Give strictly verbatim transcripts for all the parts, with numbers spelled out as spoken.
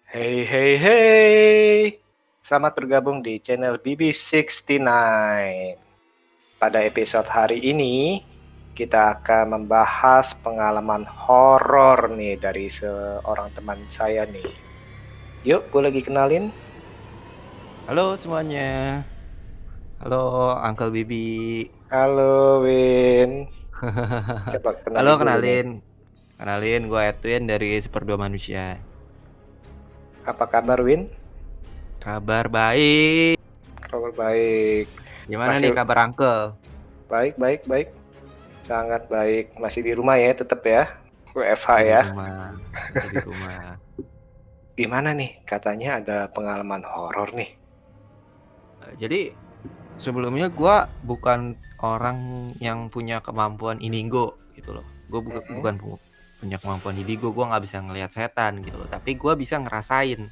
Hey hey hey, selamat bergabung di channel B B enam puluh sembilan. Pada episode hari ini, kita akan membahas pengalaman horor nih dari seorang teman saya nih. Yuk, gue lagi kenalin. Halo semuanya. Halo Uncle Bibi. Halo Win. Coba Halo kenalin dulu nih. kenalin. Kenalin gue Edwin dari Seperdua Manusia. Apa kabar Win? Kabar baik. Kabar baik. Gimana nih Masih kabar Uncle? baik, baik, baik. Sangat baik. Masih di rumah ya, tetap ya. W F H Masih di ya. rumah. Masih di rumah. Gimana nih? Katanya ada pengalaman horor nih. Eh, Jadi sebelumnya gue bukan orang yang punya kemampuan indigo gitu loh. Gue buka- Mhm. bukan pu- punya kemampuan indigo. Gue nggak bisa ngelihat setan gitu loh. Tapi gue bisa ngerasain.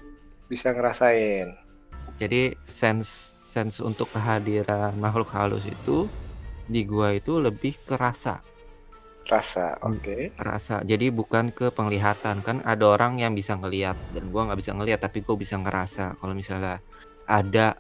Bisa ngerasain. Jadi sense sense untuk kehadiran makhluk halus itu di gua itu lebih kerasa. Rasa, Hmm, oke. Rasa. Jadi bukan ke penglihatan. Kan ada orang yang bisa ngelihat dan gua nggak bisa ngelihat, tapi gua bisa ngerasa kalau misalnya ada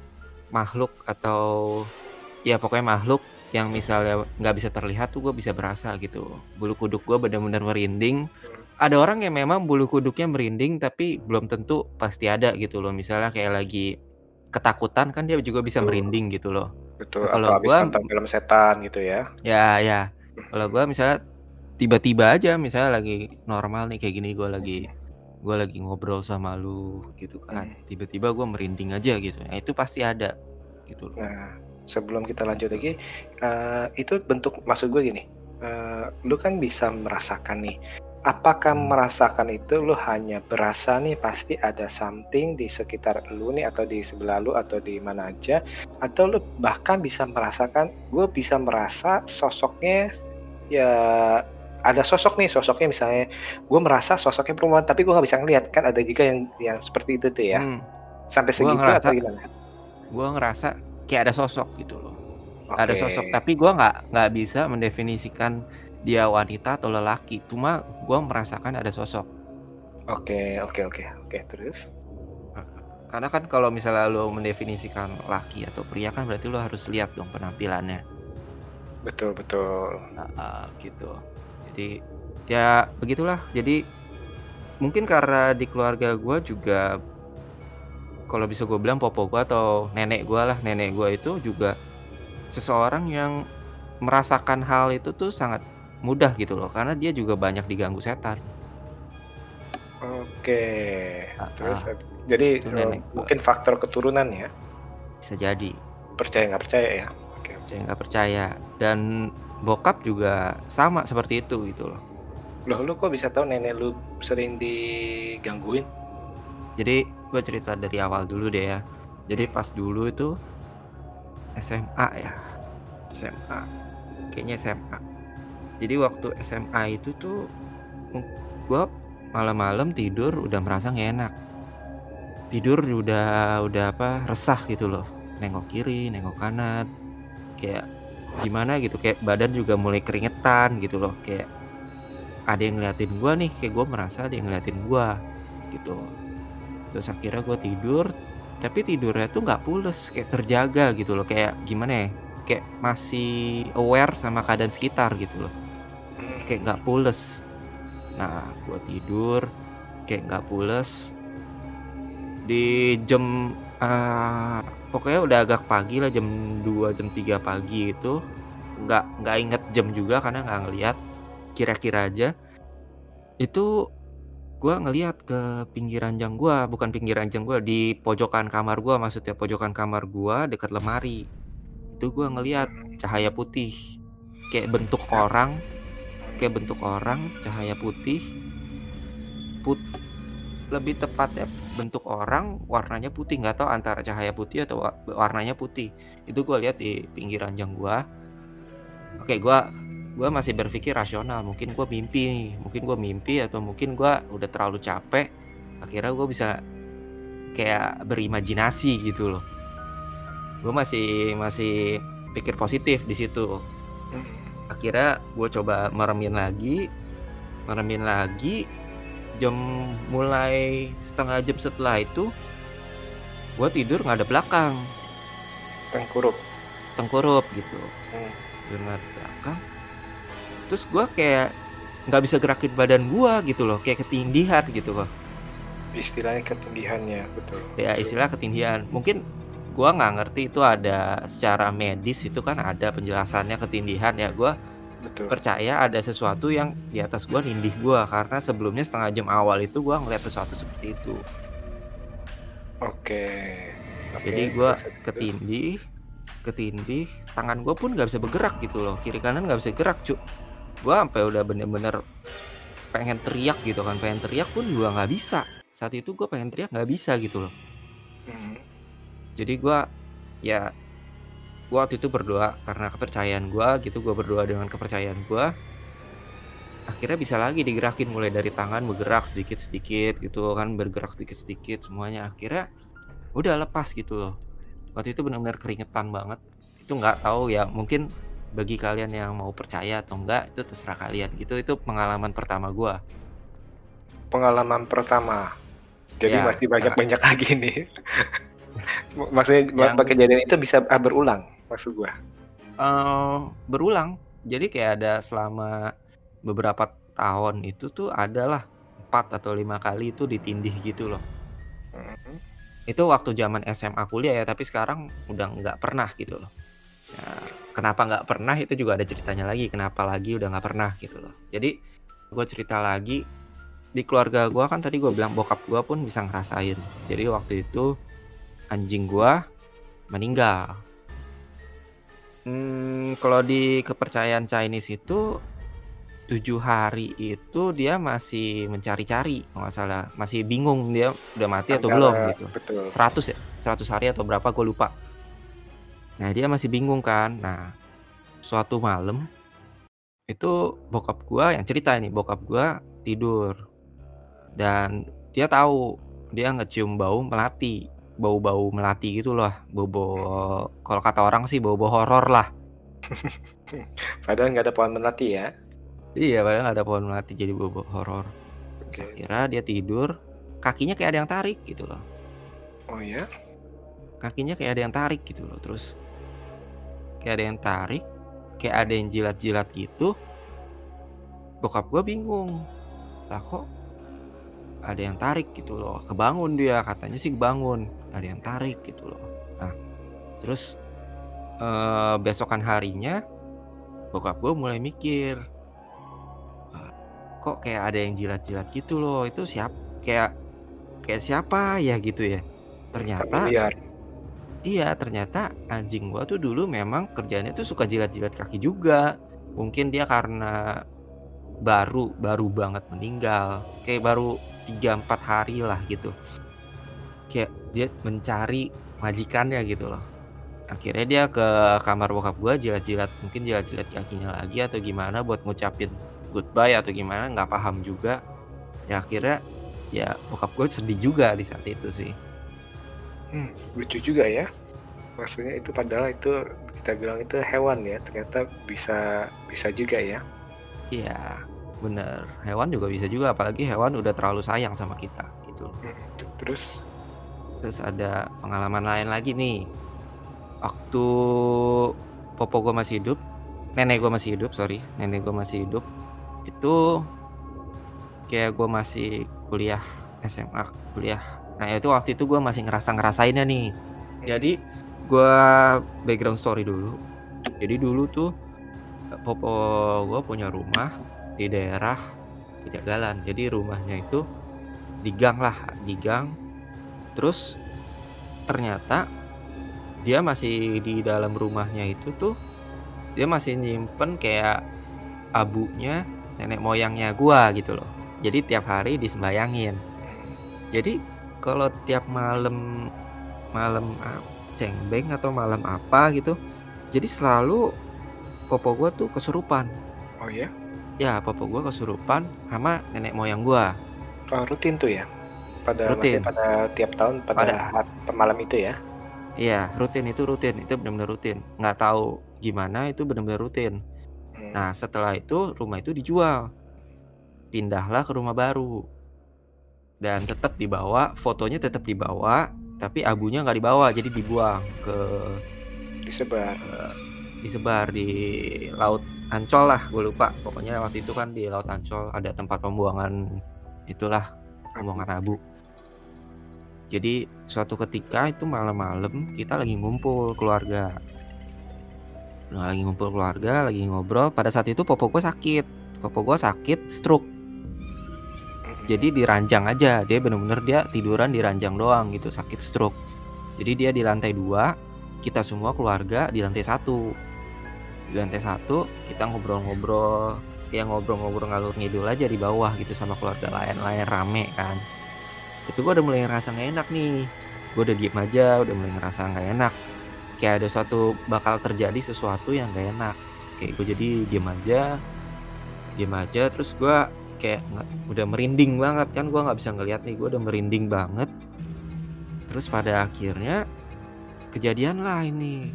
makhluk atau ya pokoknya makhluk yang misalnya nggak bisa terlihat tuh gue bisa berasa gitu. Bulu kuduk gue benar-benar merinding. Ada orang yang memang bulu kuduknya merinding tapi belum tentu pasti ada gitu loh. Misalnya kayak lagi ketakutan kan dia juga bisa Betul, merinding gitu loh. betul. Nah, Atau kalau habis gue nonton film setan gitu ya. ya ya kalau Mhm, gue misalnya tiba-tiba aja misalnya lagi normal nih kayak gini, gue lagi mhm, gue lagi ngobrol sama lu gitu kan, mhm. tiba-tiba gue merinding aja gitu. Nah itu pasti ada gitu loh. Nah, sebelum kita lanjut lagi, eee, itu bentuk maksud gue gini, eee, lu kan bisa merasakan nih, apakah Hmm. merasakan itu lu hanya berasa nih pasti ada something di sekitar lu nih atau di sebelah lu atau di mana aja, atau lu bahkan bisa merasakan, gue bisa merasa sosoknya ya ada sosok nih, sosoknya misalnya gue merasa sosoknya perempuan tapi gue nggak bisa ngelihat, kan ada juga yang yang seperti itu tuh ya. Hmm, Sampai gue segitu atau ngerasa gimana? gue ngerasa kayak ada sosok gitu loh. Ada Oke. sosok tapi gue nggak nggak bisa mendefinisikan dia wanita atau lelaki. Cuma gue merasakan ada sosok. Oke oke oke oke, terus? Heeh. Karena kan kalau misalnya lo mendefinisikan laki atau pria kan berarti lo harus lihat dong penampilannya. Betul betul. Heeh, gitu. Jadi ya begitulah. Jadi mungkin karena di keluarga gue juga kalau bisa gue bilang popo gue atau nenek gue lah, nenek gue itu juga seseorang yang merasakan hal itu tuh sangat mudah gitu loh, karena dia juga banyak diganggu setan. Oke, terus Heeh, hab jadi, itu eee, nenek gua. mungkin faktor keturunan ya? Bisa jadi, Percaya nggak percaya ya? Oke oke. percaya nggak percaya. Dan bokap juga sama seperti itu gitu loh. Loh, lu kok bisa tahu nenek lu sering digangguin? Jadi gue cerita dari awal dulu deh ya. Jadi Mhm. pas dulu itu S M A ya, S M A, kayaknya S M A. Jadi waktu S M A itu tuh mung gua malam-malam tidur udah merasa nggak enak. Tidur udah udah apa, resah gitu loh. Nengok kiri, nengok kanan, kayak gimana gitu, kayak badan juga mulai keringetan gitu loh, kayak ada yang ngeliatin gua nih, kayak gua merasa ada yang ngeliatin gua, gitu. Terus akhirnya gua tidur, tapi tidurnya tuh nggak pules, kayak terjaga gitu loh, kayak gimana ya, kayak masih aware sama keadaan sekitar gitu loh, kayak nggak Mhm. pules. Nah, gua tidur, kayak nggak pules, di jam, eee, pokoknya udah agak pagi lah, jam dua jam tiga pagi itu, nggak nggak inget jam juga karena nggak ngelihat, kira-kira aja, itu gua ngelihat ke pinggir ranjang gua, bukan pinggir ranjang gua, di pojokan kamar gua, maksudnya pojokan kamar gua dekat lemari. Itu gua ngelihat Mmm, cahaya putih, kayak bentuk ya, orang kayak mmm, bentuk orang, cahaya putih, put lebih tepatnya bentuk orang warnanya putih, nggak tahu antara cahaya putih atau wa warnanya putih. Itu gua lihat di pinggir ranjang gua. Oke, gua gua masih berpikir rasional, mungkin gua mimpi nih, mungkin gua mimpi atau mungkin gua udah terlalu capek, akhirnya gua bisa kayak berimajinasi gitu loh. Gue masih masih pikir positif di situ. mhm. Akhirnya gue coba meremin lagi meremin lagi, jam mulai setengah jam setelah itu, gua tidur ngadep belakang. Tengkurap? Tengkurup gitu, Mmm. tidur ngadep belakang. Terus gua kayak nggak bisa gerakin badan gua gitu loh, kayak ketindihan gitu loh. Istilahnya ketindihan ya, betul. Ya Terus? istilah ketindihan. Mungkin gua nggak ngerti itu ada secara medis itu kan ada penjelasannya ketindihan ya, gua Betul. percaya ada sesuatu yang di atas gua nindih gua, karena sebelumnya setengah jam awal itu gua ngelihat sesuatu seperti itu. Oke. Oke, Jadi gua terus habis itu? ketindih ketindih, tangan gua pun nggak bisa bergerak gitu loh, kiri kanan nggak bisa gerak, Cuk. Gua ampe udah bener-bener pengen teriak gitu kan, pengen teriak pun juga nggak bisa. Saat itu gua pengen teriak nggak bisa gitu loh. Mhm. Jadi gua, ya gua waktu itu berdoa karena kepercayaan gua gitu, gua berdoa dengan kepercayaan gua. Akhirnya bisa lagi digerakin mulai dari tangan bergerak sedikit-sedikit gitu kan, bergerak sedikit-sedikit semuanya. Akhirnya udah lepas gitu loh. Waktu itu bener-bener keringetan banget. Itu nggak tahu ya, mungkin bagi kalian yang mau percaya atau enggak, itu terserah kalian gitu. Itu pengalaman pertama gua. Pengalaman pertama. Jadi Ya, masih yang banyak-banyak lagi nih. Ma maksudnya ma ma yang kejadian itu bisa, eee, berulang maksud gua? Eee, berulang. Jadi kayak ada selama beberapa tahun itu tuh adalah empat atau lima kali itu ditindih gitu loh. Mhm. Itu waktu zaman S M A kuliah ya, tapi sekarang udah nggak pernah gitu loh. Ya, kenapa nggak pernah itu juga ada ceritanya lagi, kenapa lagi udah nggak pernah gitu loh. Jadi, gua cerita lagi, di keluarga gua kan tadi gua bilang bokap gua pun bisa ngerasain. Jadi waktu itu anjing gua meninggal. Mmm, kalau di kepercayaan Chinese itu, tujuh hari itu dia masih mencari-cari kalau nggak salah, masih bingung dia udah mati atau belum Antara gitu. betul. seratus ya, seratus hari atau berapa gua lupa. Nah, dia masih bingung kan. Nah, suatu malam, itu bokap gua yang cerita ini, bokap gua tidur dan dia tahu, dia ngecium bau melati, bau-bau melati gitulah, Mhm. bau-bau kalau kata orang sih bau-bau horor lah. Padahal nggak ada pohon melati ya? Iya, padahal nggak ada pohon melati, jadi bau-bau horor. Terus Oke. akhirnya dia tidur, kakinya kayak ada yang tarik gitu loh. Oh ya? Kakinya kayak ada yang tarik gitu loh, terus kayak ada yang tarik, kayak ada Mhm. yang jilat-jilat gitu. Bokap gua bingung, "Lah kok ada yang tarik?" gitu loh. Kebangun dia, katanya sih kebangun, ada yang tarik gitu loh. Nah, terus, eee, besokan harinya, bokap gua mulai mikir, eee, "Kok kayak ada yang jilat-jilat gitu loh, itu siap kayak kayak siapa ya?" gitu ya. Mmm, Ternyata familiar. iya, ternyata anjing gua tuh dulu memang kerjaannya tuh suka jilat-jilat kaki juga. Mungkin dia karena baru baru banget meninggal, kayak baru tiga, empat hari lah gitu. Kayak dia mencari majikannya gitu loh. Akhirnya dia ke kamar bokap gua jilat-jilat, mungkin jilat-jilat kakinya lagi atau gimana buat ngucapin goodbye atau gimana, nggak paham juga. Ya akhirnya, ya bokap gue sedih juga di saat itu sih. Mmm, lucu juga ya. Maksudnya itu padahal itu kita bilang itu hewan ya, ternyata bisa bisa juga ya. Iya, bener. Hewan juga bisa juga, apalagi hewan udah terlalu sayang sama kita, gitu loh. Mhm, terus? Terus ada pengalaman lain lagi nih, waktu popo gua masih hidup nenek gua masih hidup, sorry, nenek gua masih hidup, itu kayak gua masih kuliah S M A, kuliah. Nah, itu waktu itu gua masih ngerasa-ngerasainnya nih. Mhm. Jadi, gua background story dulu. Jadi dulu tuh, eee, popo gua punya rumah di daerah Pejagalan. Jadi rumahnya itu di gang lah, di gang. Terus ternyata dia masih di dalam rumahnya itu tuh, dia masih nyimpen kayak abunya nenek moyangnya gua gitu loh. Jadi tiap hari disembayangin. Mhm. Jadi kalau tiap malam malam ap cengbeng atau malam apa gitu, jadi selalu popo gua tuh kesurupan. Oh ya? Ya, popo gua kesurupan sama nenek moyang gua. Oh, rutin tuh ya? Pada maksudnya Rutin. pada tiap tahun pada Pada hat per malam itu ya? Iya, rutin itu rutin, itu bener-bener rutin. Nggak tahu gimana itu bener-bener rutin. Mmm. Nah, setelah itu rumah itu dijual. Pindahlah ke rumah baru. dan tetap dibawa, fotonya tetap dibawa, tapi abunya nggak dibawa, jadi dibuang ke Disebar. eee, disebar di Laut Ancol lah, gue lupa. Pokoknya waktu itu kan di Laut Ancol ada tempat pembuangan itulah, Abu. pembuangan abu. Jadi suatu ketika itu malam-malam kita lagi ngumpul keluarga. Nah, lagi ngumpul keluarga, lagi ngobrol, pada saat itu popo gue sakit. Popo gue sakit stroke. Mhm. Jadi di ranjang aja, dia bener-bener dia tiduran di ranjang doang gitu, sakit stroke. Jadi dia di lantai dua, kita semua keluarga di lantai satu. Di lantai satu kita ngobrol-ngobrol, ya ngobrol-ngobrol ngalur ngidul aja di bawah gitu sama keluarga lain-lain, rame kan. Itu gue udah mulai ngerasa nggak enak nih. Gue udah diem aja, udah mulai ngerasa nggak enak. Kayak ada suatu bakal terjadi sesuatu yang nggak enak. Kayak gue jadi diem aja, diem aja. Terus gue kayak nggak, udah merinding banget kan. Gue nggak bisa ngeliat nih, gue udah merinding banget. Terus pada akhirnya kejadian lah ini.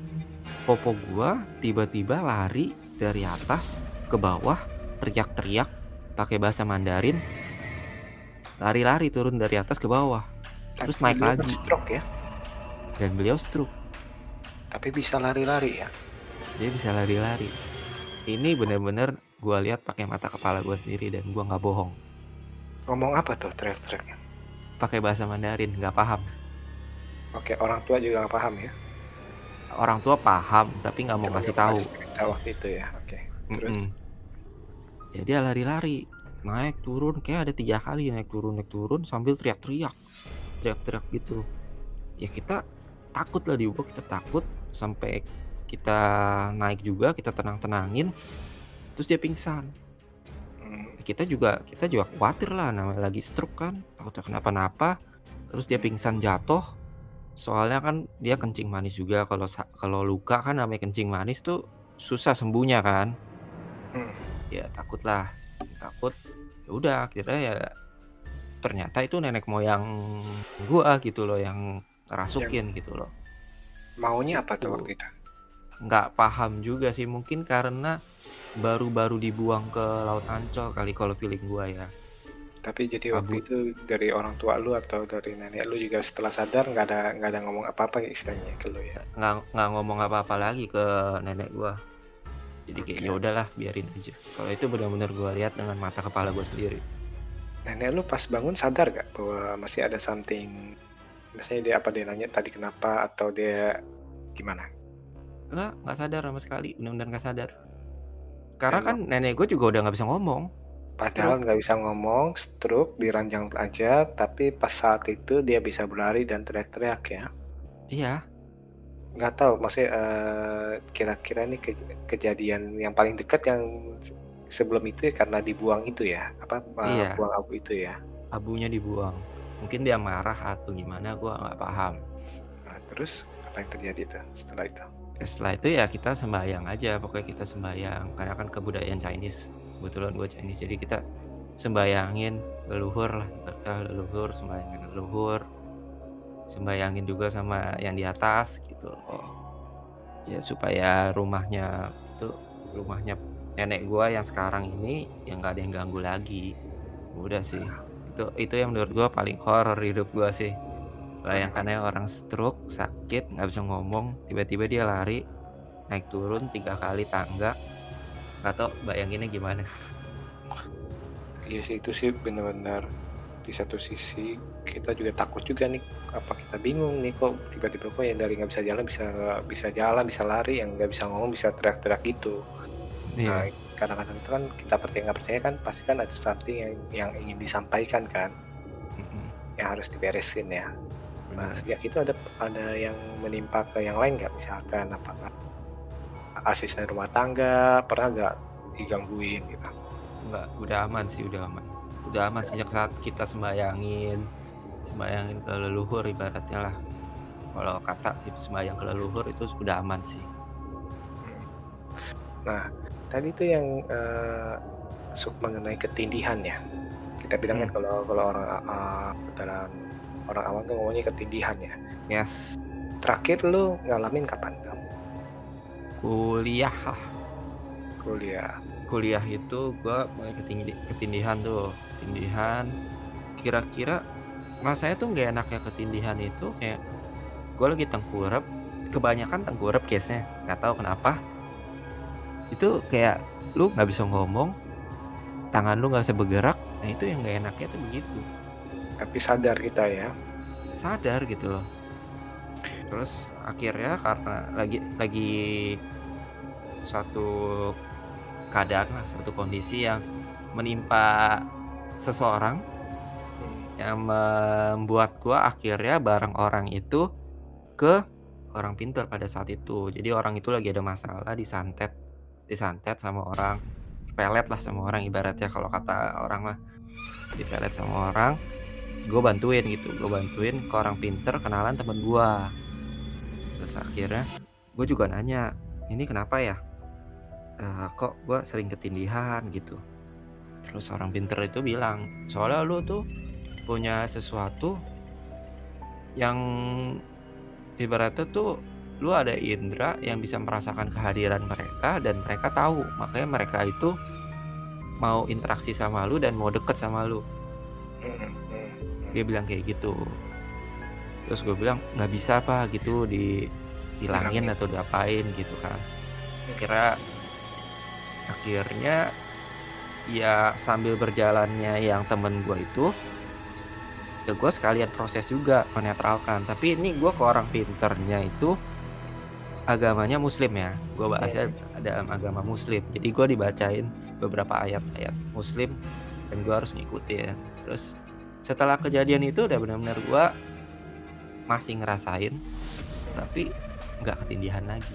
Popo gue tiba-tiba lari dari atas ke bawah, teriak-teriak pakai bahasa Mandarin. Lari-lari turun dari atas ke bawah, terus Tapi naik beliau lagi. stroke ya? Dan beliau stroke. Tapi bisa lari-lari ya? Dia bisa lari-lari. Ini bener-bener gue lihat pakai mata kepala gue sendiri dan gue nggak bohong. Ngomong apa tuh teriak-teriaknya? Pakai bahasa Mandarin, nggak paham. Oke, orang tua juga nggak paham ya? Orang tua paham, tapi nggak mau Cuma kasih nggak mau tahu. kasih cerita waktu itu ya. Oke, terus? Mm-mm. Ya dia lari-lari, naik turun, kayak ada tiga kali naik turun naik turun sambil teriak-teriak, teriak-teriak gitu. Ya kita takut lah, di bawah kita takut sampai kita naik juga, kita tenang-tenangin, terus dia pingsan. Hmm. Kita juga kita juga khawatir lah, namanya lagi stroke kan, takutnya kenapa-napa. Terus dia pingsan jatuh, soalnya kan dia kencing manis juga. Kalau kalau luka kan namanya kencing manis tuh susah sembuhnya kan. Hmm. Ya takut lah, takut. Ya udah akhirnya ya ternyata itu nenek moyang gua gitu loh yang ngerasukin gitu loh. Maunya apa tuh waktu itu? Nggak paham juga sih, mungkin karena baru-baru dibuang ke Laut Ancol kali kalau feeling gua ya. Tapi jadi waktu Abu. itu dari orang tua lu atau dari nenek lu juga setelah sadar nggak ada nggak ada ngomong apa-apa istilahnya ke lu ya? Nggak nggak ngomong apa-apa lagi ke nenek gua. Jadi kayak Oke. ya udahlah biarin aja. Kalau itu benar-benar gua lihat dengan mata kepala gua sendiri. Nenek lu pas bangun sadar gak bahwa masih ada something? Misalnya dia apa, dia nanya tadi kenapa atau dia gimana? Nggak, nggak sadar sama sekali, benar-benar nggak sadar. Karena Dan kan nenek gue juga udah nggak bisa ngomong. padahal Stroke. nggak bisa ngomong, stroke, diranjang aja, tapi pas saat itu dia bisa berlari dan teriak-teriak ya. Iya. Nggak tahu, maksudnya eh, kira-kira ini ke- kejadian yang paling dekat yang sebelum itu ya karena dibuang itu ya, apa eh, Iya. buang abu itu ya. Abunya dibuang. Mungkin dia marah atau gimana, gue nggak paham. Nah, terus apa yang terjadi tuh setelah itu? Setelah itu ya kita sembahyang aja, pokoknya kita sembahyang. Karena kan kebudayaan Chinese, kebetulan gue Chinese, jadi kita sembayangin leluhur lah, ibaratnya leluhur, sembayangin leluhur, sembayangin juga sama yang di atas gitu loh. Ya supaya rumahnya itu, rumahnya nenek gue yang sekarang ini yang nggak ada yang ganggu lagi. Udah sih, itu itu yang menurut gue paling horor hidup gue sih. Bayangkan ya orang stroke, sakit, nggak bisa ngomong, tiba-tiba dia lari, naik turun tiga kali tangga, nggak tau bayanginnya gimana. Iya sih, itu sih benar-benar di satu sisi kita juga takut juga nih, apa kita bingung nih kok tiba-tiba kok yang dari nggak bisa jalan bisa bisa jalan, bisa lari, yang nggak bisa ngomong bisa teriak-teriak gitu. Nah, Iya, kadang-kadang itu kan kita percaya nggak percaya kan pasti kan ada something yang yang ingin disampaikan kan, mm-mm, yang harus diberesin ya. Nah, bener. sejak itu ada ada yang menimpa ke yang lain nggak? Misalkan apakah asisten rumah tangga pernah nggak digangguin gitu? Nggak, udah aman sih, udah aman. Udah aman sejak saat kita sembayangin, sembayangin ke leluhur ibaratnya lah. Kalau kata sembayang ke leluhur itu sudah aman sih. Hmm. Nah, tadi itu yang eh, sub mengenai ketindihan ya. Kita bilang kan Hmm, kalau kalau orang uh, dalam orang awam tuh ngomongnya ketindihan ya. yes, Terakhir lu ngalamin kapan kamu kuliah lah. kuliah? Kuliah itu gue mulai ketindi, ketindihan tuh, ketindihan. kira-kira rasanya tuh nggak enaknya ketindihan itu kayak gue lagi tengkurap, kebanyakan tengkurap case-nya, nggak tahu kenapa. Itu kayak lu nggak bisa ngomong, tangan lu nggak bisa bergerak, nah itu yang nggak enaknya tuh begitu. Tapi sadar kita ya. Sadar gitu loh. Terus akhirnya karena lagi lagi suatu keadaan lah, suatu kondisi yang menimpa seseorang yang membuat gua akhirnya bareng orang itu ke orang pintar pada saat itu. Jadi orang itu lagi ada masalah, disantet, disantet sama orang, dipelet lah sama orang ibaratnya kalau kata orang mah, dipelet sama orang. Gue bantuin gitu, gue bantuin ke orang pinter kenalan temen gue. Terus akhirnya gue juga nanya, ini kenapa ya? Uh, kok gue sering ketindihan gitu. Terus orang pinter itu bilang, soalnya lu tuh punya sesuatu yang ibaratnya tuh lu ada indera yang bisa merasakan kehadiran mereka dan mereka tahu, makanya mereka itu mau interaksi sama lu dan mau deket sama lu. Dia bilang kayak gitu. Terus gue bilang nggak bisa apa gitu dihilangin atau diapain gitu kan. Kira akhirnya ya sambil berjalannya yang temen gue itu, ya gue sekalian proses juga menetralkan. Tapi ini gue ke orang pinternya itu agamanya muslim ya, gue bahasnya dalam agama muslim. Jadi gue dibacain beberapa ayat-ayat muslim dan gue harus ngikutin. Terus setelah kejadian itu udah benar-benar gue masih ngerasain, tapi nggak ketindihan lagi.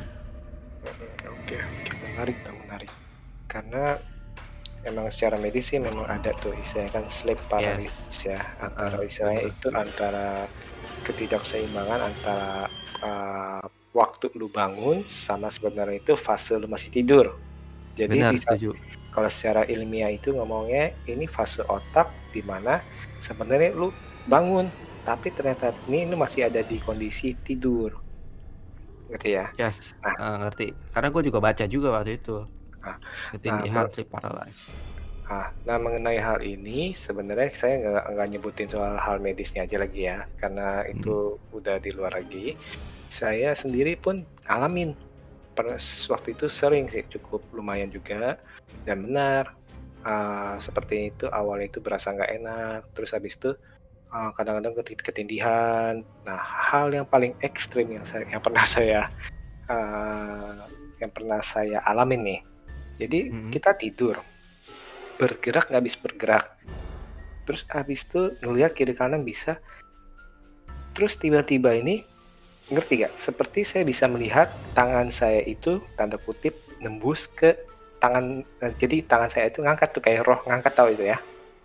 Oke, oke, menarik tuh, menarik. Karena emang secara medis sih memang ada tuh istilahnya kan sleep paralysis yes. ya, antara uh, istilahnya itu antara ketidakseimbangan antara uh, waktu lu bangun sama sebenarnya itu fase lu masih tidur. Jadi benar, bisa, setuju. Kalau secara ilmiah itu ngomongnya ini fase otak di mana sebenarnya lu bangun tapi ternyata ini lu masih ada di kondisi tidur. Ngerti ya? Yes, nah, uh, ngerti. Karena gue juga baca juga waktu itu. Nah, ketindihan nah, sleep paralysis. Nah, nah mengenai hal ini sebenarnya saya nggak nggak nyebutin soal hal medisnya aja lagi ya, karena itu hmm. udah di luar lagi. Saya sendiri pun ngalamin pernah waktu itu sering sih, cukup lumayan juga dan benar uh, seperti itu. Awalnya itu berasa nggak enak, terus habis itu uh, kadang-kadang ketindihan. Nah, hal yang paling ekstrim yang saya yang pernah saya uh, yang pernah saya alamin nih. Jadi mm-hmm. kita tidur, bergerak nggak bisa bergerak, terus habis itu ngelihat kiri kanan bisa, terus tiba-tiba ini ngerti gak? Seperti saya bisa melihat tangan saya itu tanda kutip nembus ke tangan, jadi tangan saya itu ngangkat tuh kayak roh ngangkat, tahu itu ya?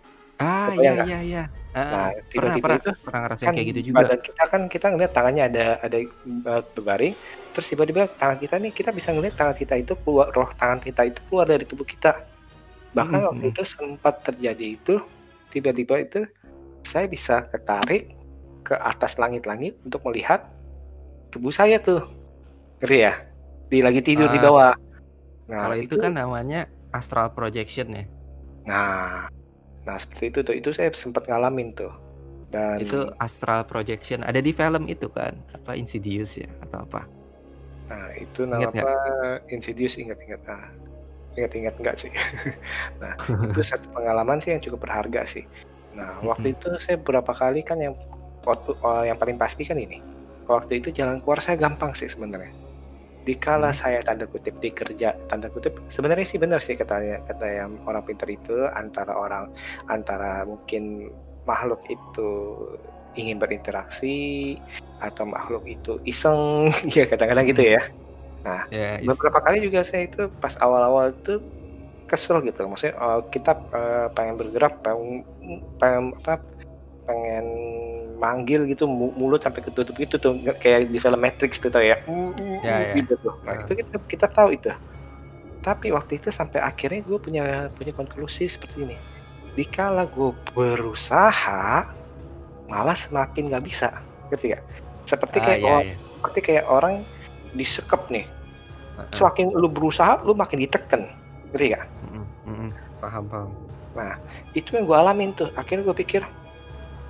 Ah iya iya iya. Nah tiba-tiba itu pernah ngerasain kan kayak gitu juga. Badan kita kan kita ngeliat tangannya ada ada berbaring, terus tiba-tiba tangan kita nih kita bisa ngeliat tangan kita itu keluar, roh tangan kita itu keluar dari tubuh kita. Bahkan mm-hmm. waktu itu sempat terjadi itu, tiba-tiba itu saya bisa ketarik ke atas langit-langit untuk melihat tubuh saya tuh, ngerti ya? Di lagi tidur uh, di bawah. Nah, kalau itu, itu kan namanya astral projection ya. Nah, nah seperti itu tuh, itu saya sempat ngalamin tuh. Dan itu astral projection ada di film itu kan, apa Insidious ya atau apa? Nah itu nama apa? Insidious, ingat-ingat. Nah, ingat-ingat enggak sih. Nah itu satu pengalaman sih yang cukup berharga sih. Nah waktu itu saya beberapa kali kan yang waktu oh, yang paling pasti kan ini. Waktu itu jalan keluar saya gampang sih sebenarnya. Dikala hmm. saya tanda kutip dikerja, tanda kutip sebenarnya sih benar sih katanya, kata yang orang pintar itu antara orang antara mungkin makhluk itu ingin berinteraksi atau makhluk itu iseng ya kadang-kadang hmm. gitu ya. Nah yeah, beberapa kali juga saya itu pas awal-awal itu kesel gitu, maksudnya uh, kita uh, pengen bergerak, pengen, pengen apa pengen manggil gitu, mulut sampai ketutup gitu tuh, kayak di film Matrix tuh tau ya, ya, gitu ya. tuh. Nah, itu kita kita tahu itu. Tapi waktu itu sampai akhirnya gue punya punya konklusi seperti ini. Dikala gue berusaha, malah semakin nggak bisa, ngerti gak? Seperti kayak ah, orang, ya, ya. seperti kayak orang disekep nih. Uh-huh. Semakin lu berusaha, lu makin diteken, ngerti gak? Uh-uh. Uh-uh. Paham paham. Nah, itu yang gue alamin tuh. Akhirnya gue pikir,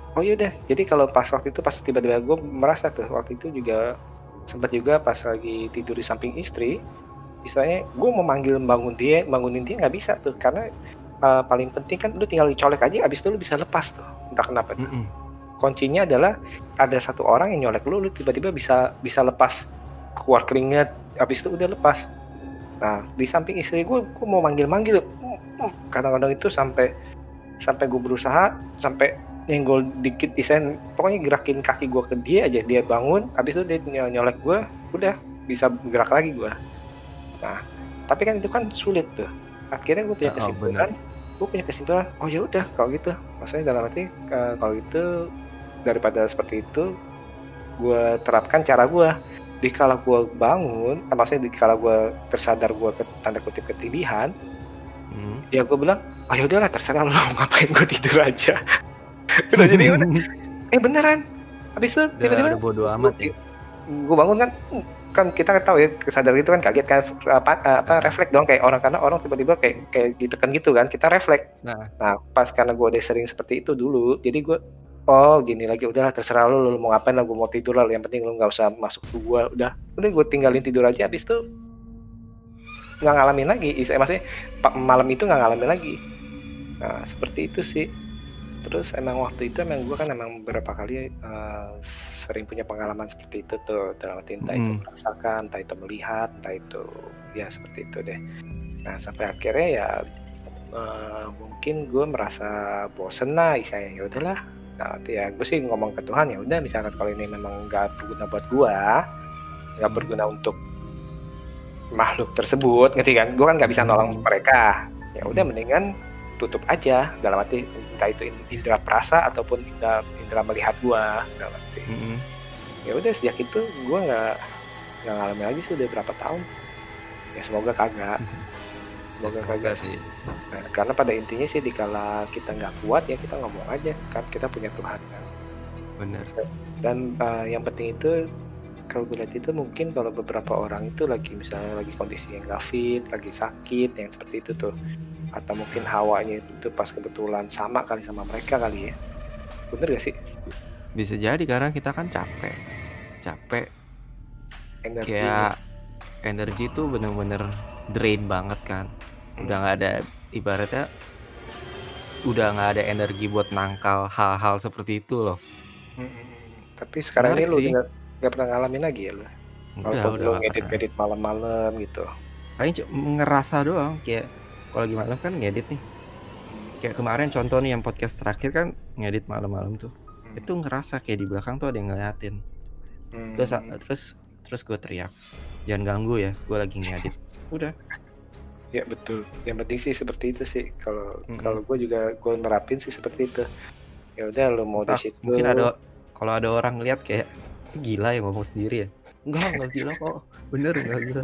Oh ya udah, jadi kalau pas waktu itu pas tiba-tiba gue merasa tuh, waktu itu juga sempat juga pas lagi tidur di samping istri, istilahnya gue mau manggil bangun dia, bangunin dia nggak bisa tuh karena uh, paling penting kan lu tinggal dicolek aja, abis itu lu bisa lepas tuh, entah kenapa tuh. Mm-mm. Kuncinya adalah ada satu orang yang nyolek lu, lu tiba-tiba bisa bisa lepas, keluar keringat, abis itu udah lepas. Nah di samping istri gue, gue mau manggil-manggil, kadang-kadang itu sampai sampai gue berusaha sampai nyenggol dikit desain, pokoknya gerakin kaki gue ke dia aja, dia bangun, habis itu dia nyolek gue, udah bisa gerak lagi gue. Nah tapi kan itu kan sulit tuh, akhirnya gue punya Oh, kesimpulan, bener. gue punya kesimpulan, oh ya udah kalau gitu, maksudnya dalam arti uh, kalau gitu daripada seperti itu, gue terapkan cara gue. Dikala gue bangun, eh, maksudnya dikala gue tersadar gue ke, tanda kutip ketidihan, Hmm. ya gue bilang, oh ya udahlah terserah lo ngapain, gue tidur aja. Udah jadi udah, eh beneran. Habis itu Udah, tiba-tiba udah bodo gue amat ya. gue bangun kan, kan kita kan tahu ya, kesadaran itu kan kaget kan, apa apa Nah, refleks dong kayak orang, karena orang tiba-tiba kayak kayak ditekan gitu kan, kita refleks. nah, Nah pas karena gue udah sering seperti itu dulu, jadi gue, oh gini lagi, udahlah terserah lu, lu mau ngapain lah, gue mau tidur lah, yang penting lu nggak usah masuk ke gue, udah udah gue tinggalin tidur aja. Habis itu nggak ngalamin lagi, is- eh, maksudnya pak malam itu nggak ngalamin lagi. Nah seperti itu sih. Terus emang waktu itu emang gue kan emang beberapa kali uh, sering punya pengalaman seperti itu tuh, dalam arti entah itu mm-mm. merasakan, entah itu melihat, entah itu ya seperti itu deh. Nah sampai akhirnya ya uh, mungkin gue merasa bosen lah, istilahnya ya udahlah. Nah nanti ya gue sih ngomong ke Tuhan, ya udah misalkan kalau ini memang nggak berguna buat gue, nggak Hmm. berguna untuk makhluk tersebut, ngerti kan? Gue kan nggak bisa nolong Hmm. mereka. Ya udah Hmm. mendingan tutup aja, dalam arti entah itu indera perasa ataupun indera, indera melihat gue, dalam arti. Mm-mm. Ya udah sejak itu gue nggak nggak ngalamin lagi sih, udah berapa tahun. Ya semoga kagak. Ya, Semoga semoga kagak. sih. Nah, karena pada intinya sih dikala kita nggak kuat ya kita ngomong aja kan, kita punya Tuhan kan. Bener. Dan uh, yang penting itu, kalau gue lihat itu mungkin kalau beberapa orang itu lagi misalnya lagi kondisi yang nggak fit, lagi sakit, yang seperti itu tuh, atau mungkin hawanya itu pas kebetulan sama kali sama mereka kali ya, bener gak sih? Bisa jadi karena kita kan capek, capek Energinya. kayak energi tuh bener-bener drain banget kan. Udah nggak ada, ibaratnya udah nggak ada energi buat nangkal hal-hal seperti itu loh. Hmm. Tapi sekarang ini Menarik lu sih. nggak nggak pernah ngalamin lagi ya lu? Udah, Walaupun udah lu nggak pernah. ngedit-ngedit malam-malam gitu. Paling cu- ngerasa doang, kayak kalau lagi malam kan ngedit nih. Kayak kemarin contoh nih yang podcast terakhir kan ngedit malam-malam tuh. Hmm. Itu ngerasa kayak di belakang tuh ada yang ngeliatin. Hmm. Terus terus terus gue teriak, jangan ganggu ya, gue lagi ngedit. Udah. Ya betul. Yang penting sih seperti itu sih. Kalau Mm-mm. kalau gue juga gue nerapin sih seperti itu. Ya udah lu mau di Entah, situ. mungkin ada, kalau ada orang ngeliat kayak gila ya ngomong sendiri ya. Enggak, enggak gila kok. Bener enggak gila.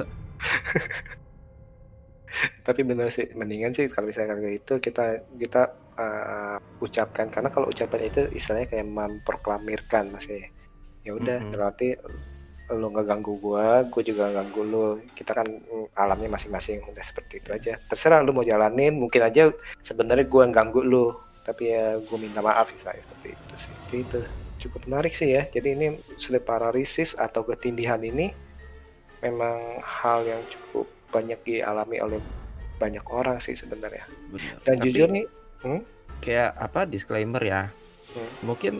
Tapi benar sih, mendingan sih kalau misalkan kayak itu kita kita uh, ucapkan, karena kalau ucapan itu istilahnya kayak memproklamirkan masih. Ya udah, Mm-mm. berarti lu nggak ganggu gua, gua juga nggak ganggu lu. Kita kan mm, alamnya masing-masing, udah seperti itu aja. Terserah lu mau jalanin, mungkin aja sebenarnya gua yang ganggu lu, tapi ya gua minta maaf istilahnya seperti itu sih. Jadi itu cukup menarik sih ya. Jadi ini sleep paralysis atau ketindihan ini memang hal yang cukup banyak dialami oleh banyak orang sih sebenarnya. Bener. Dan Tapi jujur nih, hmm? kayak apa, disclaimer ya. Hmm. Mungkin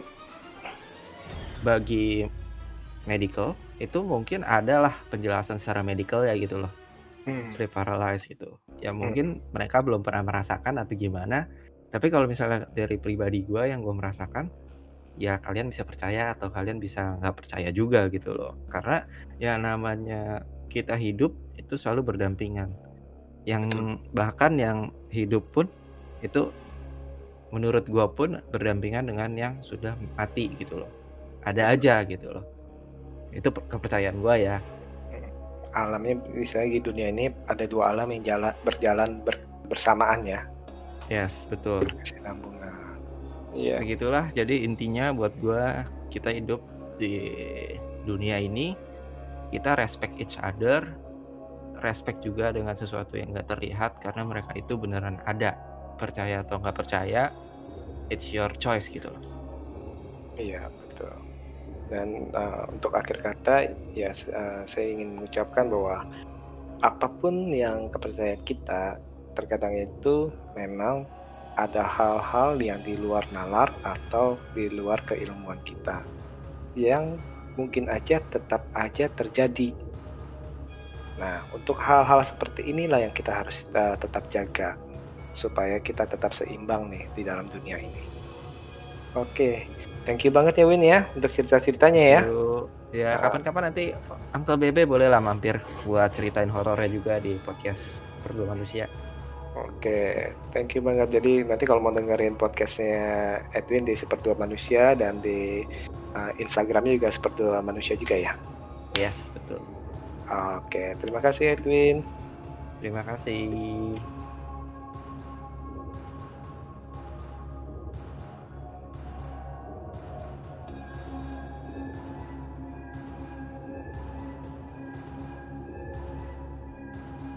bagi medical itu mungkin adalah penjelasan secara medical ya gitu loh. Hmm. Sleep paralysis gitu. Ya mungkin hmm. mereka belum pernah merasakan atau gimana. Tapi kalau misalnya dari pribadi gue yang gue merasakan, ya kalian bisa percaya atau kalian bisa nggak percaya juga gitu loh. Karena ya namanya kita hidup itu selalu berdampingan. Yang Betul. bahkan yang hidup pun itu menurut gue pun berdampingan dengan yang sudah mati gitu loh. Ada aja gitu loh. Itu kepercayaan gue ya. Alamnya misalnya di dunia ini ada dua alam yang jalan berjalan ber, bersamaan ya. Yes, betul. Berkesinambungan. Iya. Begitulah, jadi intinya buat gue, kita hidup di dunia ini, kita respect each other, respect juga dengan sesuatu yang gak terlihat, karena mereka itu beneran ada. Percaya atau gak percaya, it's your choice gitu loh. Iya, betul. Dan, eee, untuk akhir kata, ya s eee, saya ingin mengucapkan bahwa apapun yang kepercayaan kita, terkadang itu memang ada hal-hal yang di luar nalar atau di luar keilmuan kita, yang mungkin aja tetap aja terjadi. Nah, untuk hal-hal seperti inilah yang kita harus, eee, tetap jaga, supaya kita tetap seimbang nih di dalam dunia ini. Oke, thank you banget ya Win ya, untuk cerita-ceritanya Thank ya. you. Ya Heeh. kapan-kapan nanti Uncle Bebe bolehlah mampir buat ceritain horornya juga di podcast Berdua Manusia. Oke, thank you banget. Jadi nanti kalau mau dengerin podcastnya Edwin di Seperdua Manusia dan di uh, Instagramnya juga Seperdua Manusia juga ya. Yes, betul. Oke, terima kasih Edwin. Terima kasih.